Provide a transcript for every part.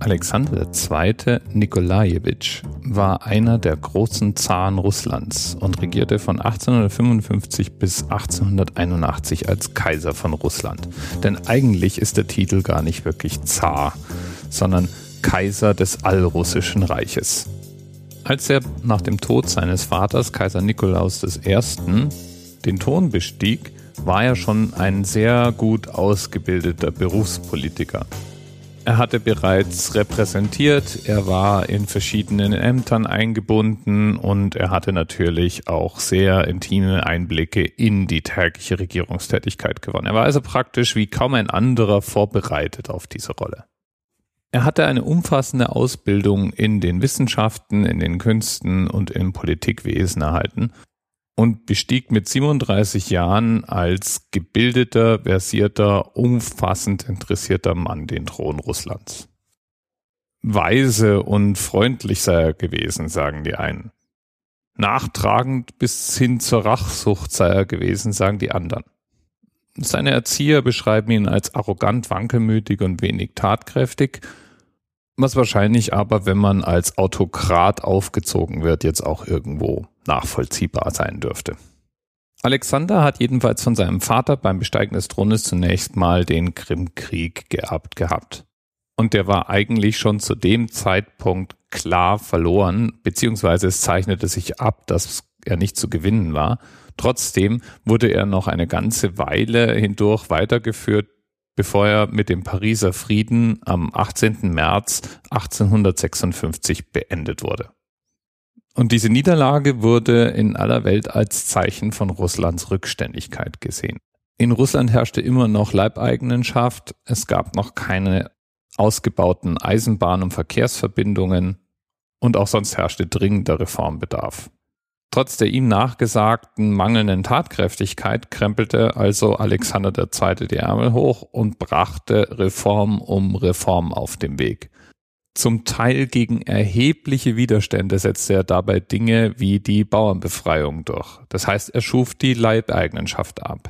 Alexander II. Nikolajewitsch war einer der großen Zaren Russlands und regierte von 1855 bis 1881 als Kaiser von Russland. Denn eigentlich ist der Titel gar nicht wirklich Zar, sondern Kaiser des Allrussischen Reiches. Als er nach dem Tod seines Vaters, Kaiser Nikolaus I., den Thron bestieg, war er schon ein sehr gut ausgebildeter Berufspolitiker. Er hatte bereits repräsentiert, er war in verschiedenen Ämtern eingebunden und er hatte natürlich auch sehr intime Einblicke in die tägliche Regierungstätigkeit gewonnen. Er war also praktisch wie kaum ein anderer vorbereitet auf diese Rolle. Er hatte eine umfassende Ausbildung in den Wissenschaften, in den Künsten und im Politikwesen erhalten und bestieg mit 37 Jahren als gebildeter, versierter, umfassend interessierter Mann den Thron Russlands. Weise und freundlich sei er gewesen, sagen die einen. Nachtragend bis hin zur Rachsucht sei er gewesen, sagen die anderen. Seine Erzieher beschreiben ihn als arrogant, wankelmütig und wenig tatkräftig, was wahrscheinlich aber, wenn man als Autokrat aufgezogen wird, jetzt auch irgendwo nachvollziehbar sein dürfte. Alexander hat jedenfalls von seinem Vater beim Besteigen des Thrones zunächst mal den Krimkrieg geerbt gehabt. Und der war eigentlich schon zu dem Zeitpunkt klar verloren, beziehungsweise es zeichnete sich ab, dass er nicht zu gewinnen war. Trotzdem wurde er noch eine ganze Weile hindurch weitergeführt, bevor er mit dem Pariser Frieden am 18. März 1856 beendet wurde. Und diese Niederlage wurde in aller Welt als Zeichen von Russlands Rückständigkeit gesehen. In Russland herrschte immer noch Leibeigenschaft, es gab noch keine ausgebauten Eisenbahn- und Verkehrsverbindungen und auch sonst herrschte dringender Reformbedarf. Trotz der ihm nachgesagten mangelnden Tatkräftigkeit krempelte also Alexander II. Die Ärmel hoch und brachte Reform um Reform auf den Weg. Zum Teil gegen erhebliche Widerstände setzte er dabei Dinge wie die Bauernbefreiung durch. Das heißt, er schuf die Leibeigenschaft ab.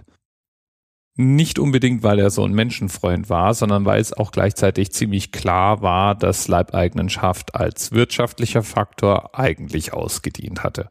Nicht unbedingt, weil er so ein Menschenfreund war, sondern weil es auch gleichzeitig ziemlich klar war, dass Leibeigenschaft als wirtschaftlicher Faktor eigentlich ausgedient hatte.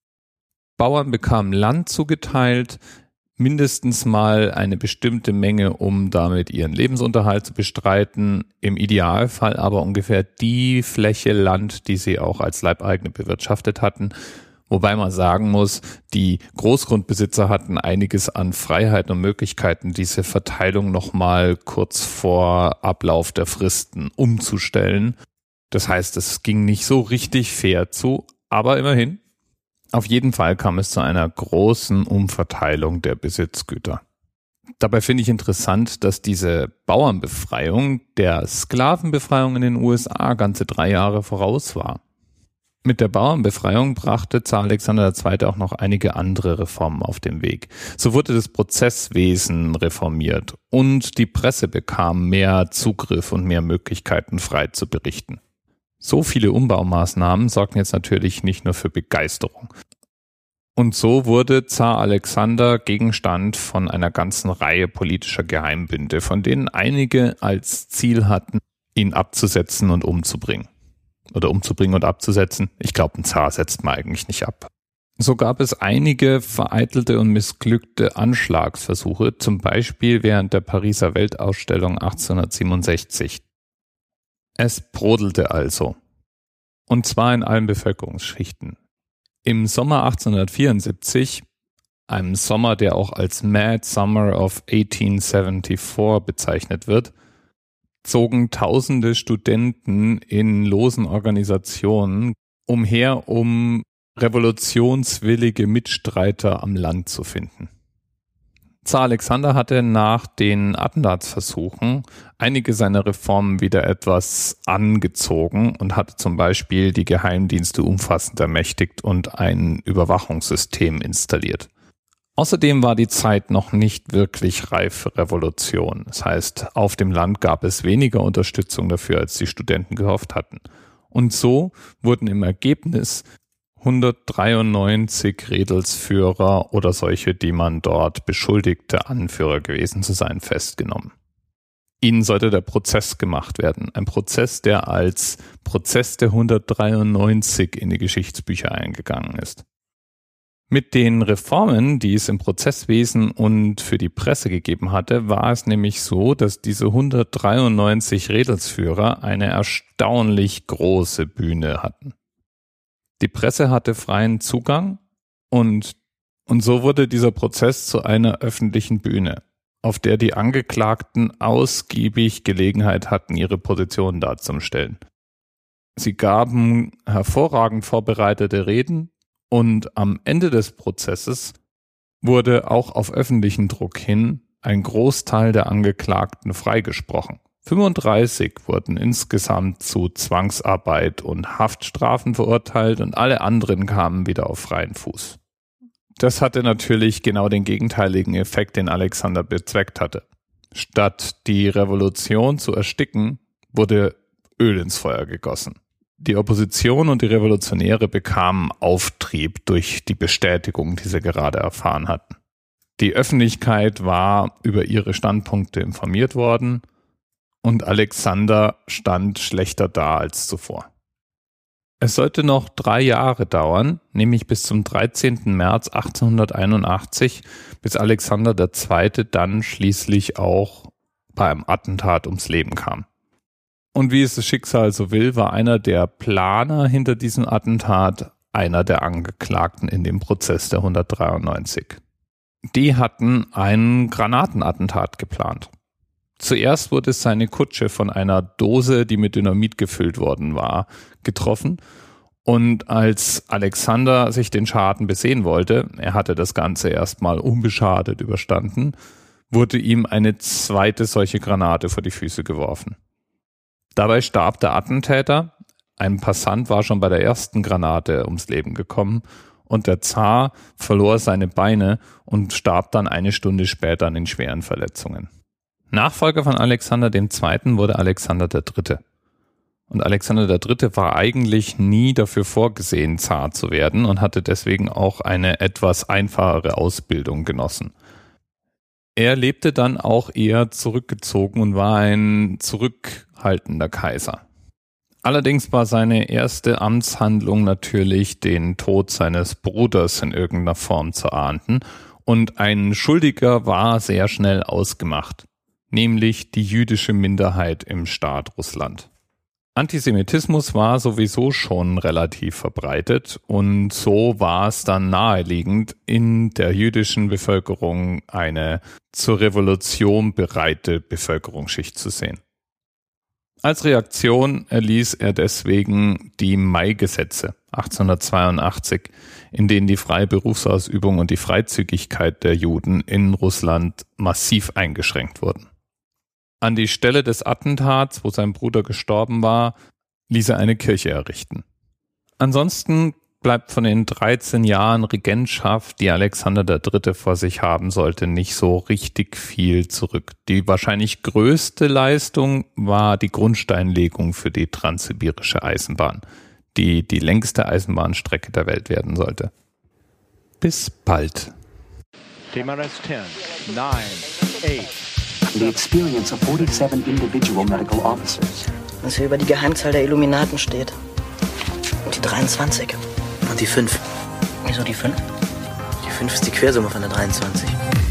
Bauern bekamen Land zugeteilt, mindestens mal eine bestimmte Menge, um damit ihren Lebensunterhalt zu bestreiten, im Idealfall aber ungefähr die Fläche Land, die sie auch als Leibeigene bewirtschaftet hatten, wobei man sagen muss, die Großgrundbesitzer hatten einiges an Freiheiten und Möglichkeiten, diese Verteilung nochmal kurz vor Ablauf der Fristen umzustellen. Das heißt, es ging nicht so richtig fair zu, aber immerhin. Auf jeden Fall kam es zu einer großen Umverteilung der Besitzgüter. Dabei finde ich interessant, dass diese Bauernbefreiung der Sklavenbefreiung in den USA ganze 3 Jahre voraus war. Mit der Bauernbefreiung brachte Zar Alexander II. Auch noch einige andere Reformen auf den Weg. So wurde das Prozesswesen reformiert und die Presse bekam mehr Zugriff und mehr Möglichkeiten, frei zu berichten. So viele Umbaumaßnahmen sorgten jetzt natürlich nicht nur für Begeisterung. Und so wurde Zar Alexander Gegenstand von einer ganzen Reihe politischer Geheimbünde, von denen einige als Ziel hatten, ihn abzusetzen und umzubringen. Oder umzubringen und abzusetzen. Ich glaube, ein Zar setzt man eigentlich nicht ab. So gab es einige vereitelte und missglückte Anschlagsversuche, zum Beispiel während der Pariser Weltausstellung 1867. Es brodelte also. Und zwar in allen Bevölkerungsschichten. Im Sommer 1874, einem Sommer, der auch als Mad Summer of 1874 bezeichnet wird, zogen tausende Studenten in losen Organisationen umher, um revolutionswillige Mitstreiter am Land zu finden. Zar Alexander hatte nach den Attentatsversuchen einige seiner Reformen wieder etwas angezogen und hatte zum Beispiel die Geheimdienste umfassend ermächtigt und ein Überwachungssystem installiert. Außerdem war die Zeit noch nicht wirklich reif für Revolution. Das heißt, auf dem Land gab es weniger Unterstützung dafür, als die Studenten gehofft hatten. Und so wurden im Ergebnis 193 Redelsführer oder solche, die man dort beschuldigte, Anführer gewesen zu sein, festgenommen. Ihnen sollte der Prozess gemacht werden. Ein Prozess, der als Prozess der 193 in die Geschichtsbücher eingegangen ist. Mit den Reformen, die es im Prozesswesen und für die Presse gegeben hatte, war es nämlich so, dass diese 193 Redelsführer eine erstaunlich große Bühne hatten. Die Presse hatte freien Zugang und so wurde dieser Prozess zu einer öffentlichen Bühne, auf der die Angeklagten ausgiebig Gelegenheit hatten, ihre Position darzustellen. Sie gaben hervorragend vorbereitete Reden und am Ende des Prozesses wurde auch auf öffentlichen Druck hin ein Großteil der Angeklagten freigesprochen. 35 wurden insgesamt zu Zwangsarbeit und Haftstrafen verurteilt und alle anderen kamen wieder auf freien Fuß. Das hatte natürlich genau den gegenteiligen Effekt, den Alexander bezweckt hatte. Statt die Revolution zu ersticken, wurde Öl ins Feuer gegossen. Die Opposition und die Revolutionäre bekamen Auftrieb durch die Bestätigung, die sie gerade erfahren hatten. Die Öffentlichkeit war über ihre Standpunkte informiert worden und Alexander stand schlechter da als zuvor. Es sollte noch 3 Jahre dauern, nämlich bis zum 13. März 1881, bis Alexander II. Dann schließlich auch bei einem Attentat ums Leben kam. Und wie es das Schicksal so will, war einer der Planer hinter diesem Attentat einer der Angeklagten in dem Prozess der 193. Die hatten ein Granatenattentat geplant. Zuerst wurde seine Kutsche von einer Dose, die mit Dynamit gefüllt worden war, getroffen. Und als Alexander sich den Schaden besehen wollte, er hatte das Ganze erstmal unbeschadet überstanden, wurde ihm eine zweite solche Granate vor die Füße geworfen. Dabei starb der Attentäter, ein Passant war schon bei der ersten Granate ums Leben gekommen und der Zar verlor seine Beine und starb dann eine Stunde später an den schweren Verletzungen. Nachfolger von Alexander II. Wurde Alexander III. Und Alexander III. War eigentlich nie dafür vorgesehen, Zar zu werden und hatte deswegen auch eine etwas einfachere Ausbildung genossen. Er lebte dann auch eher zurückgezogen und war ein zurückhaltender Kaiser. Allerdings war seine erste Amtshandlung natürlich, den Tod seines Bruders in irgendeiner Form zu ahnden und ein Schuldiger war sehr schnell ausgemacht, nämlich die jüdische Minderheit im Staat Russland. Antisemitismus war sowieso schon relativ verbreitet und so war es dann naheliegend, in der jüdischen Bevölkerung eine zur Revolution bereite Bevölkerungsschicht zu sehen. Als Reaktion erließ er deswegen die Mai-Gesetze 1882, in denen die freie Berufsausübung und die Freizügigkeit der Juden in Russland massiv eingeschränkt wurden. An die Stelle des Attentats, wo sein Bruder gestorben war, ließ er eine Kirche errichten. Ansonsten bleibt von den 13 Jahren Regentschaft, die Alexander III. Vor sich haben sollte, nicht so richtig viel zurück. Die wahrscheinlich größte Leistung war die Grundsteinlegung für die transsibirische Eisenbahn, die die längste Eisenbahnstrecke der Welt werden sollte. Bis bald. TMRS 10, 9, 8. The experience of 47 individual medical officers. Was hier über die Geheimzahl der Illuminaten steht. Und die 23. Und die 5. Wieso die 5? Die 5 ist die Quersumme von der 23.